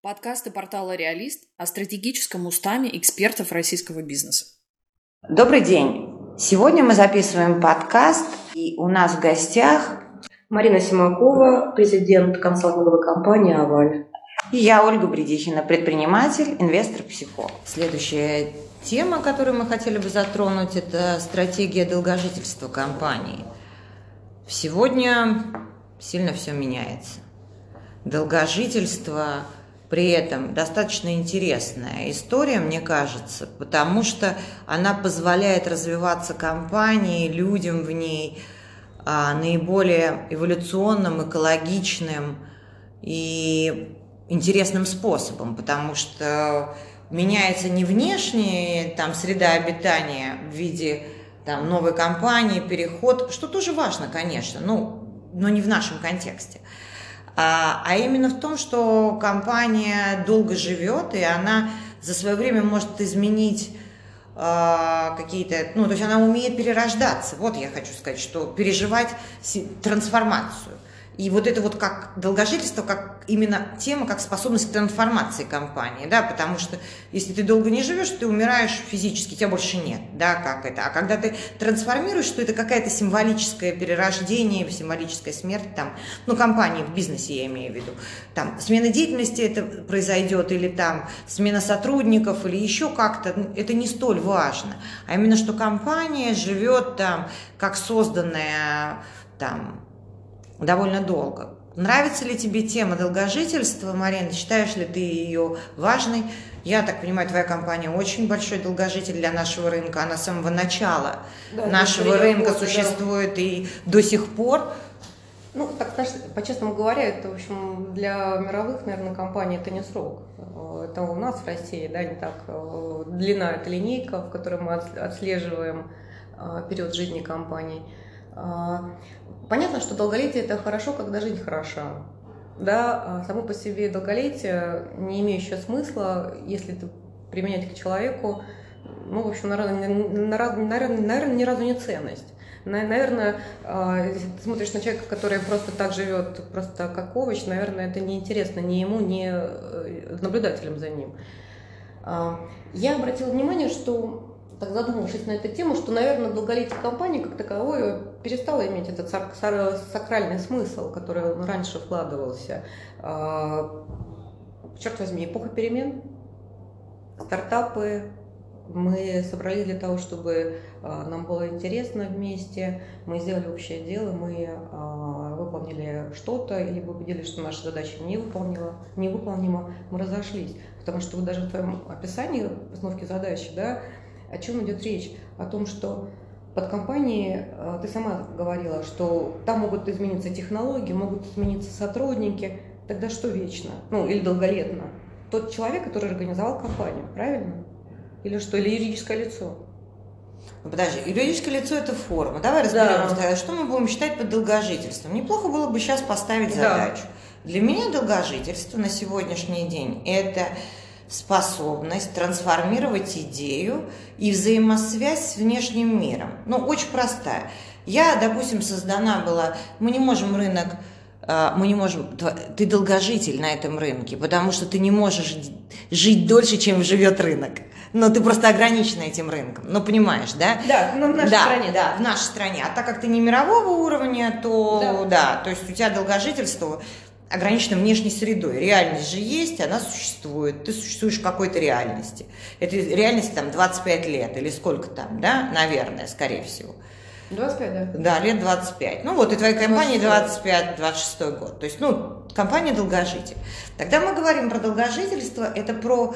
Подкасты портала «Реалист» о стратегическом устаме экспертов российского бизнеса. Добрый день! Сегодня мы записываем подкаст, и у нас в гостях Марина Симакова, президент консалтинговой компании «Аваль». И я, Ольга Бредихина, предприниматель, инвестор, психолог. Следующая тема, которую мы хотели бы затронуть, это стратегия долгожительства компании. Сегодня сильно все меняется. Долгожительство при этом достаточно интересная история, мне кажется, потому что она позволяет развиваться компании, людям в ней наиболее эволюционным, экологичным и интересным способом, потому что меняется не внешняя среда обитания в виде новой компании, переход, что тоже важно, конечно, но не в нашем контексте. А именно в том, что компания долго живет, и она за свое время может изменить какие-то, то есть она умеет перерождаться. Вот я хочу сказать, что переживать трансформацию. И вот это вот как долгожительство, как именно тема, как способность к трансформации компании, да, потому что если ты долго не живешь, ты умираешь физически, тебя больше нет, да, как это. А когда ты трансформируешь, то это какая-то символическое перерождение, символическая смерть, компании, в бизнесе я имею в виду, смена деятельности это произойдет, или смена сотрудников, или еще как-то, это не столь важно, а именно, что компания живет как созданная довольно долго. Нравится ли тебе тема долгожительства, Марина? Считаешь ли ты ее важной? Я так понимаю, твоя компания очень большой долгожитель для нашего рынка. Она с самого начала нашего рынка существует и до сих пор. По-честному говоря, это, в общем, для мировых, наверное, компаний это не срок. Это у нас в России, не так длина, это линейка, в которой мы отслеживаем период жизни компаний. Понятно, что долголетие – это хорошо, когда жизнь хороша. Да, само по себе долголетие, не имеющее смысла, если это применять к человеку, в общем, наверное, ни разу не ценность. Наверное, если ты смотришь на человека, который просто так живет, просто как овощ, наверное, это неинтересно ни ему, ни наблюдателям за ним. Я обратила внимание, что так задумавшись на эту тему, что, наверное, долголетие компании как таковое перестало иметь этот сакральный смысл, который раньше вкладывался. Черт возьми, эпоха перемен, стартапы. Мы собрались для того, чтобы нам было интересно вместе, мы сделали общее дело, мы выполнили что-то, либо убедились, что наша задача невыполнима, мы разошлись. Потому что даже в твоем описании постановки задачи, о чем идет речь? О том, что под компанией, ты сама говорила, что там могут измениться технологии, могут измениться сотрудники. Тогда что вечно? Или долголетно? Тот человек, который организовал компанию, правильно? Или что? Или юридическое лицо? Подожди, юридическое лицо – это форма. Давай разберемся тогда, что мы будем считать под долгожительством. Неплохо было бы сейчас поставить задачу. Для меня долгожительство на сегодняшний день – это способность трансформировать идею и взаимосвязь с внешним миром. Очень простая. Я, допустим, создана была, ты долгожитель на этом рынке, потому что ты не можешь жить дольше, чем живет рынок. Ты просто ограничен этим рынком. Понимаешь, да? Да, в нашей стране. Да, в нашей стране. А так как ты не мирового уровня, то то есть у тебя долгожительство ограничена внешней средой. Реальность же есть, она существует. Ты существуешь в какой-то реальности. Этой реальности 25 лет или сколько наверное, скорее всего. 25, да? Да, лет 25. И твоей компании 25-26 год. То есть, компания долгожитель. Тогда мы говорим про долгожительство, это про...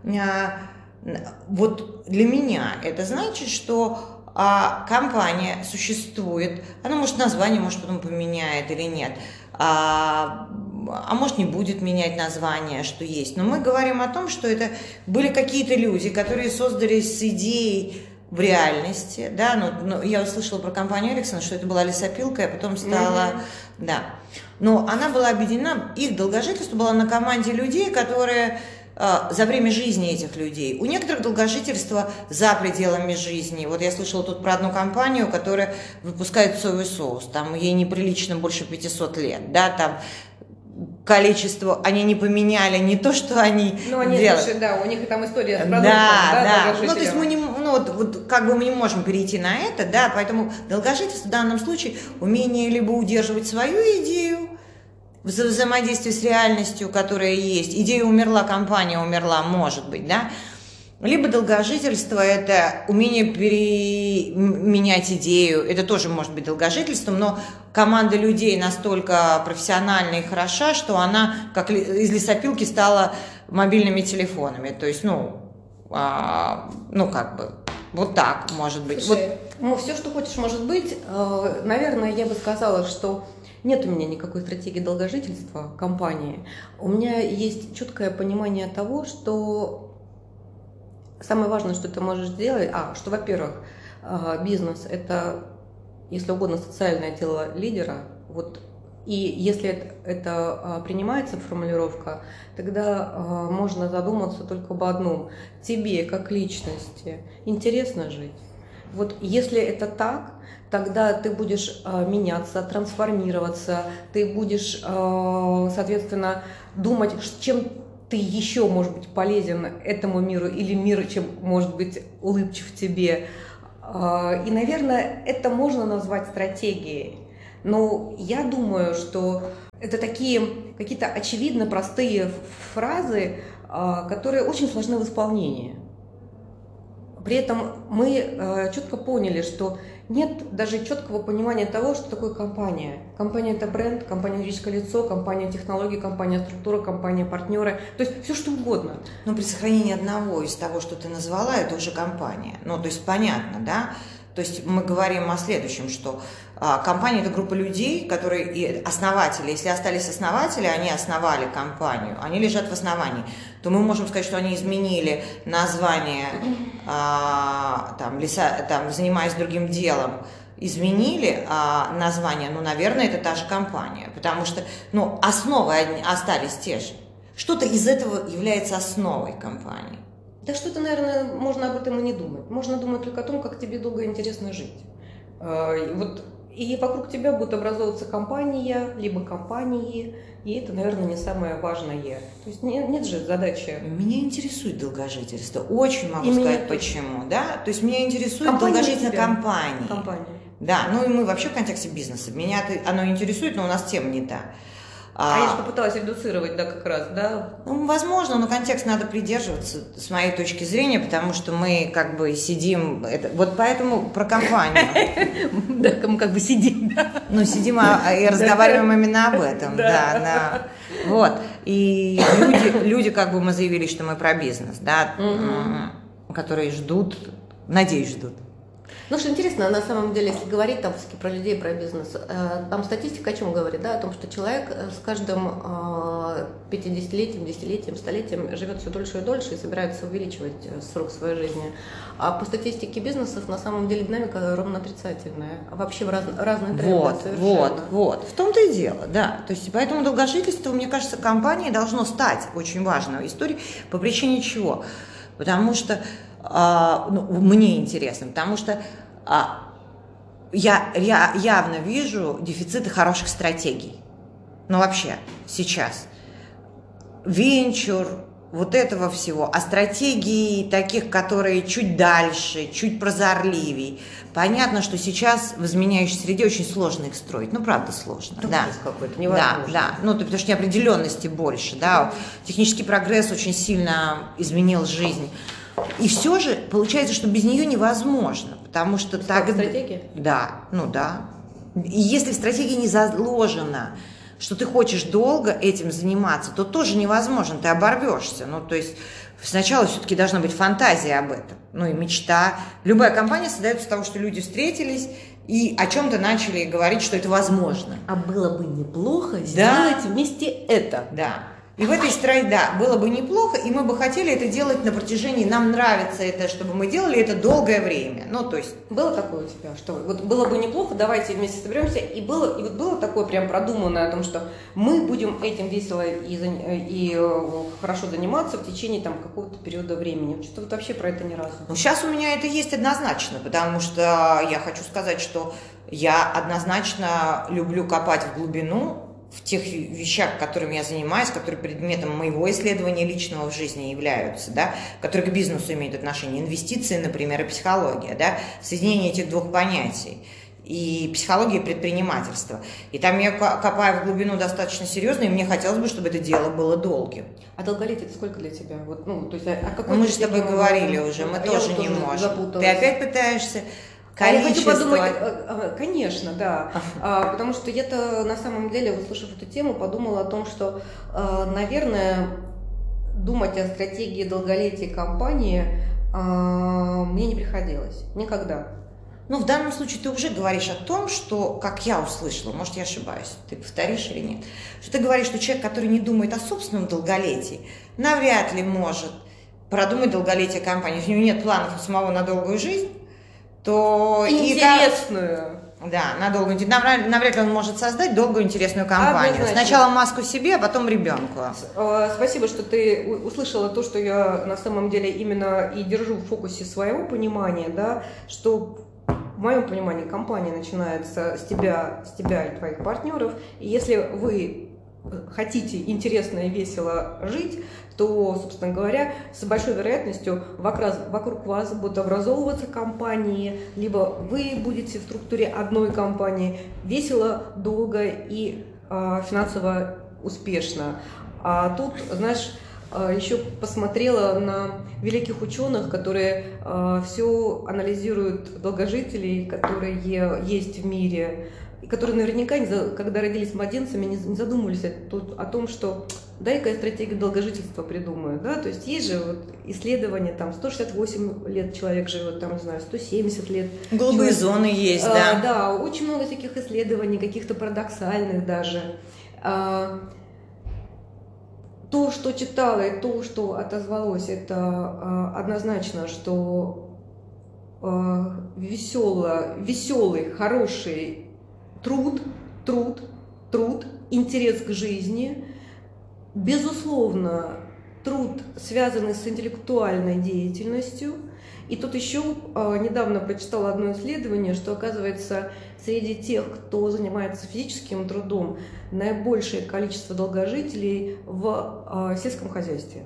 Вот для меня это значит, что компания существует, она может название, может потом поменяет или нет, а может не будет менять название, что есть. Но мы говорим о том, что это были какие-то люди, которые создались с идеей в реальности, я услышала про компанию Ericsson, что это была лесопилка, а потом стала, но она была объединена, их долгожительство было на команде людей, которые за время жизни этих людей. У некоторых долгожительство за пределами жизни. Вот я слышала тут про одну компанию, которая выпускает соевый соус. Ей неприлично больше 500 лет. количеству, они не поменяли не то, что они делают. Слушай, да, у них там история с продуктом, да. Ну, то есть мы не, как бы мы не можем перейти на это, да, поэтому долгожительство в данном случае умение либо удерживать свою идею, взаимодействие с реальностью, которая есть. Идея умерла, компания умерла, может быть, да. Либо долгожительство – это умение менять идею, это тоже может быть долгожительством, но команда людей настолько профессиональна и хороша, что она как из лесопилки стала мобильными телефонами. То есть, как бы, вот так может быть. Слушай, все, что хочешь, может быть. Наверное, я бы сказала, что нет у меня никакой стратегии долгожительства компании. У меня есть четкое понимание того, что самое важное, что ты можешь сделать, что, во-первых, бизнес – это, если угодно, социальное дело лидера. И если это принимается формулировка, тогда можно задуматься только об одном. Тебе, как личности, интересно жить? Если это так, тогда ты будешь меняться, трансформироваться, ты будешь, соответственно, думать, чем ты еще, может быть, полезен этому миру или мир, чем, может быть, улыбчив тебе. И, наверное, это можно назвать стратегией. Но я думаю, что это такие какие-то очевидно простые фразы, которые очень сложны в исполнении. При этом мы четко поняли, что нет даже четкого понимания того, что такое компания. Компания – это бренд, компания – юридическое лицо, компания – технологии, компания – структура, компания – партнеры. То есть все что угодно. Но при сохранении одного из того, что ты назвала, это уже компания. То есть понятно, да? То есть мы говорим о следующем, что компания – это группа людей, которые и основатели. Если остались основатели, они основали компанию, они лежат в основании, то мы можем сказать, что они изменили название, занимаясь другим делом, изменили название, наверное, это та же компания, потому что основы остались те же. Что-то из этого является основой компании. Да что-то, наверное, можно об этом и не думать. Можно думать только о том, как тебе долго и интересно жить. И вокруг тебя будет образовываться компания, либо компании, и это, наверное, не самое важное. То есть нет же задачи. Меня интересует долгожительство. Очень могу сказать, почему. Да? То есть меня интересует долгожительство компании. Да, и мы вообще в контексте бизнеса. Меня оно интересует, но у нас тема не та. Я же попыталась редуцировать, как раз, да? Возможно, но контекст надо придерживаться, с моей точки зрения, потому что мы как бы сидим, поэтому про компанию. Да, мы как бы сидим. Сидим и разговариваем именно об этом, да. И люди, как бы мы заявили, что мы про бизнес, да, которые ждут, надеюсь, ждут. Что интересно, на самом деле, если говорить там про людей, про бизнес, там статистика о чем говорит, да, о том, что человек с каждым 50-летием, десятилетием, столетием живет все дольше и дольше и собирается увеличивать срок своей жизни. А по статистике бизнесов на самом деле динамика ровно отрицательная. Вообще разные тренды совершенно. В том-то и дело, да. То есть поэтому долгожительство, мне кажется, компании должно стать очень важной историей. По причине чего? Потому что мне интересно, потому что я явно вижу дефициты хороших стратегий. Вообще, сейчас. Венчур, этого всего. А стратегии таких, которые чуть дальше, чуть прозорливей. Понятно, что сейчас в изменяющей среде очень сложно их строить. Правда, сложно. Да, потому что неопределенности больше. Да. Технический прогресс очень сильно изменил жизнь. И все же получается, что без нее невозможно, потому что так. Стратегия? Да, И если в стратегии не заложено, что ты хочешь долго этим заниматься, то тоже невозможно, ты оборвешься. То есть сначала все-таки должна быть фантазия об этом, и мечта. Любая компания создается с того, что люди встретились и о чем-то начали говорить, что это возможно. А было бы неплохо сделать вместе это. Да. И в этой стране, было бы неплохо, и мы бы хотели это делать на протяжении, нам нравится это, чтобы мы делали это долгое время. То есть... Было такое у тебя, что было бы неплохо, давайте вместе соберемся, и было такое прям продуманное о том, что мы будем этим весело и хорошо заниматься в течение какого-то периода времени. Что-то вообще про это ни разу. Сейчас у меня это есть однозначно, потому что я хочу сказать, что я однозначно люблю копать в глубину, в тех вещах, которыми я занимаюсь, которые предметом моего исследования личного в жизни являются, да, которые к бизнесу имеют отношение, инвестиции, например, и психология, да, соединение этих двух понятий, и психология, и предпринимательство. И там я копаю в глубину достаточно серьезно, и мне хотелось бы, чтобы это дело было долгим. А долголетие это сколько для тебя? Вот, ну, то есть, мы же с тобой говорили уже, мы тоже не можем. Запуталась. Ты опять пытаешься... Я хочу подумать, конечно, да, потому что я-то на самом деле, услышав эту тему, подумала о том, что, наверное, думать о стратегии долголетия компании мне не приходилось никогда. Ну, в данном случае ты уже говоришь о том, что, как я услышала, может, я ошибаюсь, ты повторишь или нет, что ты говоришь, что человек, который не думает о собственном долголетии, навряд ли может продумать долголетие компании. Если у него нет планов у самого на долгую жизнь, то... Интересную. Да, на долгую. Навряд ли он может создать долгую интересную компанию. Однозначно. Сначала маску себе, а потом ребенку. Спасибо, что ты услышала то, что я на самом деле именно и держу в фокусе своего понимания, да, что в моем понимании компания начинается с тебя и твоих партнеров. И если вы хотите интересно и весело жить, то, собственно говоря, с большой вероятностью вокруг вас будут образовываться компании, либо вы будете в структуре одной компании весело, долго и финансово успешно. А тут, знаешь, еще посмотрела на великих ученых, которые все анализируют долгожителей, которые есть в мире, и которые наверняка, когда родились младенцами, не задумывались о том, что дай-ка я стратегию долгожительства придумаю, да, то есть есть же вот исследования, там 168 лет человек живет, там, не знаю, 170 лет. Голубые зоны есть, да. Да, очень много таких исследований, каких-то парадоксальных даже. То, что читала и то, что отозвалось, это однозначно, что веселый, хороший труд, интерес к жизни, безусловно, труд, связанный с интеллектуальной деятельностью. И тут еще недавно прочитала одно исследование, что, оказывается, среди тех, кто занимается физическим трудом, наибольшее количество долгожителей в сельском хозяйстве.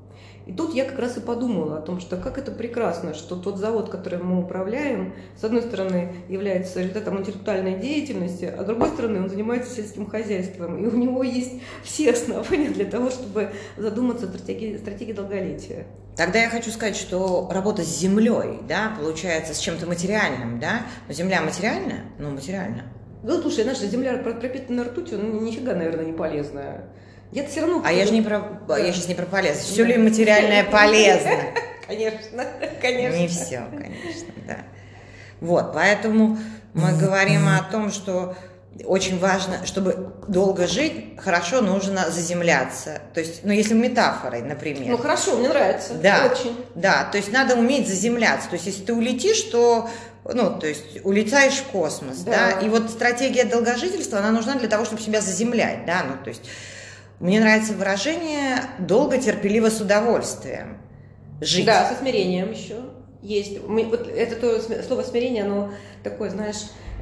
И тут я как раз и подумала о том, что как это прекрасно, что тот завод, которым мы управляем, с одной стороны, является результатом интеллектуальной деятельности, а с другой стороны, он занимается сельским хозяйством. И у него есть все основания для того, чтобы задуматься о стратегии долголетия. Тогда я хочу сказать, что работа с землей, да, получается, с чем-то материальным, да, но земля материальная? Ну, материальная. Да, слушай, наша земля пропитана ртутью, нифига, наверное, не полезная. Я все равно... Я сейчас не про полезность. Все ли материальное полезно? Конечно. Не все, конечно, да. Вот, поэтому мы говорим о том, что очень важно, чтобы долго жить, хорошо нужно заземляться. То есть, если метафорой, например. Ну хорошо, мне нравится. Да, очень. Да, то есть надо уметь заземляться. То есть, если ты улетишь, то то есть улетаешь в космос, да. И вот стратегия долгожительства, она нужна для того, чтобы себя заземлять, да, то есть мне нравится выражение «долго, терпеливо, с удовольствием жить». Да, со смирением еще есть. Вот это слово «смирение», оно такое, знаешь,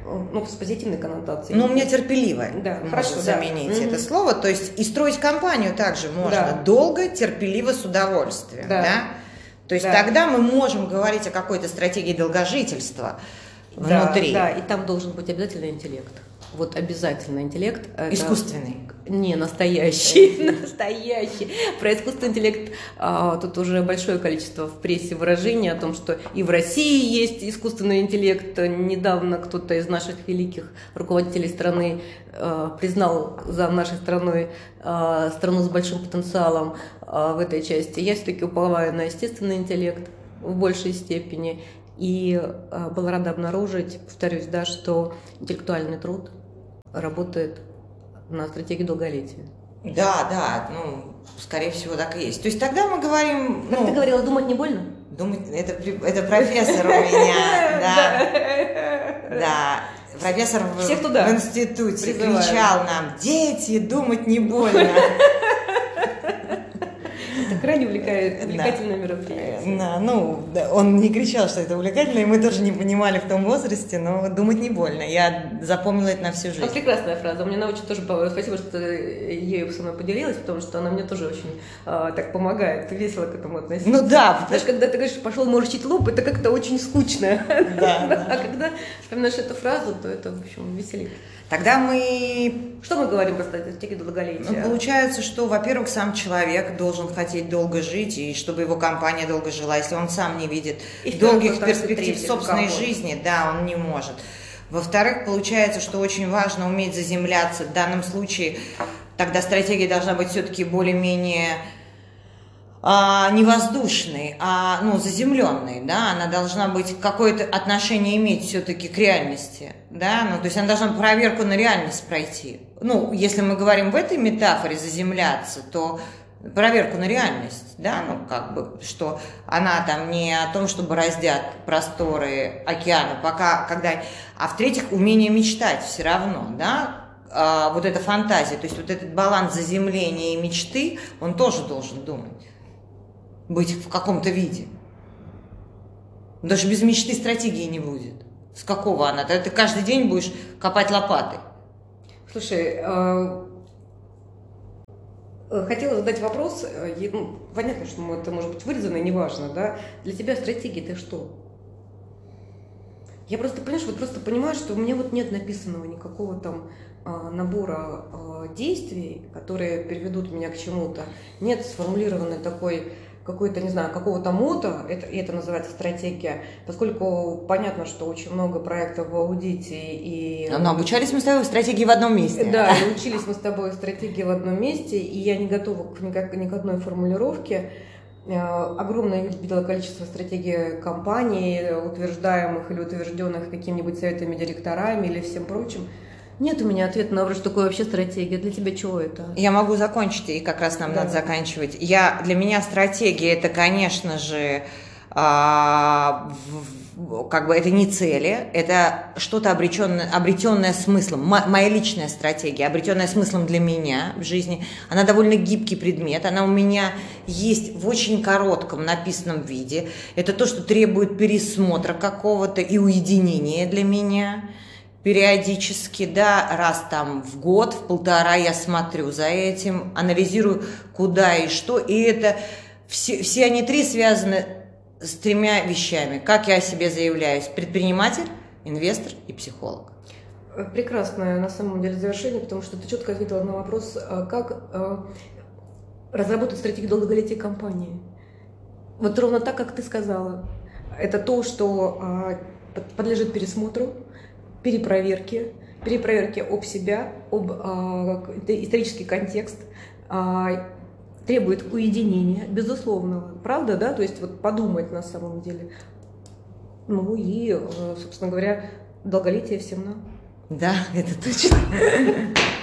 с позитивной коннотацией. У меня терпеливое. Да, хорошо заменить это слово. То есть и строить компанию также можно долго, терпеливо, с удовольствием. Да. То есть тогда мы можем говорить о какой-то стратегии долгожительства внутри. Да, и там должен быть обязательно интеллект. Вот обязательно интеллект. Искусственный. Не, настоящий. Настоящий. Про искусственный интеллект тут уже большое количество в прессе выражений о том, что и в России есть искусственный интеллект. Недавно кто-то из наших великих руководителей страны признал за нашей страной страну с большим потенциалом в этой части. Я все-таки уповаю на естественный интеллект в большей степени. И была рада обнаружить, повторюсь, да, что интеллектуальный труд работает на стратегии долголетия. Да, скорее всего, так и есть. То есть тогда мы говорим... Как ты говорила, думать не больно? Думать, это профессор у меня, да. Профессор в институте кричал нам: дети, думать не больно. Это крайне увлекательное мероприятие. Да, он не кричал, что это увлекательно, и мы тоже не понимали в том возрасте, но думать не больно. Я запомнила это на всю жизнь. Прекрасная фраза. Мне она очень тоже спасибо, что ты ею со мной поделилась, потому что она мне тоже очень так помогает, весело к этому относиться. Ну да. Знаешь, когда ты говоришь, пошел морщить лоб, это как-то очень скучно. Да. А когда вспоминаешь эту фразу, то это, в общем, веселит. Тогда мы... Что мы говорим про стратегию долголетия? Получается, что, во-первых, сам человек должен хотеть долго жить, и чтобы его компания долго жила. Если он сам не видит долгих перспектив собственной жизни, да, он не может. Во-вторых, получается, что очень важно уметь заземляться. В данном случае тогда стратегия должна быть все-таки более-менее... не воздушной, заземленной, да, она должна быть какое-то отношение иметь все-таки к реальности, да, то есть она должна проверку на реальность пройти. Если мы говорим в этой метафоре заземляться, то проверку на реальность, да, что она там не о том, чтобы раздят просторы океана, а в-третьих, умение мечтать все равно, да, вот эта фантазия, то есть вот этот баланс заземления и мечты, он тоже должен думать. Быть в каком-то виде. Даже без мечты стратегии не будет. С какого она? Ты каждый день будешь копать лопатой. Слушай, хотела задать вопрос. Понятно, что это может быть вырезано, неважно, да? Для тебя стратегия это что? Я просто, понимаю, что у меня нет написанного никакого там набора действий, которые приведут меня к чему-то. Нет сформулированной такой какой-то, не знаю, какого-то мото, это называется стратегия, поскольку понятно, что очень много проектов в аудите и... Но обучались мы с тобой в стратегии в одном месте. Да, и учились мы с тобой в стратегии в одном месте, и я не готова ни к одной формулировке. Огромное видела количество стратегий компаний, утверждаемых или утвержденных какими-нибудь советами директорами или всем прочим. Нет у меня ответа на вопрос, что такое вообще стратегия. Для тебя чего это? Я могу закончить, и как раз нам надо заканчивать. Для меня стратегия – это, конечно же, это не цели, это что-то обретенное смыслом. Моя личная стратегия, обретенная смыслом для меня в жизни, она довольно гибкий предмет, она у меня есть в очень коротком написанном виде. Это то, что требует пересмотра какого-то и уединения для меня. Периодически, да, раз там в год, в полтора я смотрю за этим, анализирую, куда и что, и это все они три связаны с тремя вещами. Как я о себе заявляюсь: предприниматель, инвестор и психолог. Прекрасное, на самом деле, завершение, потому что ты четко ответила на вопрос, как разработать стратегию долголетия компании. Вот ровно так, как ты сказала. Это то, что подлежит пересмотру, перепроверке об себя, об исторический контекст, требует уединения, безусловного. Правда, да? То есть подумать на самом деле. И, собственно говоря, долголетие всем нам. Да, это точно.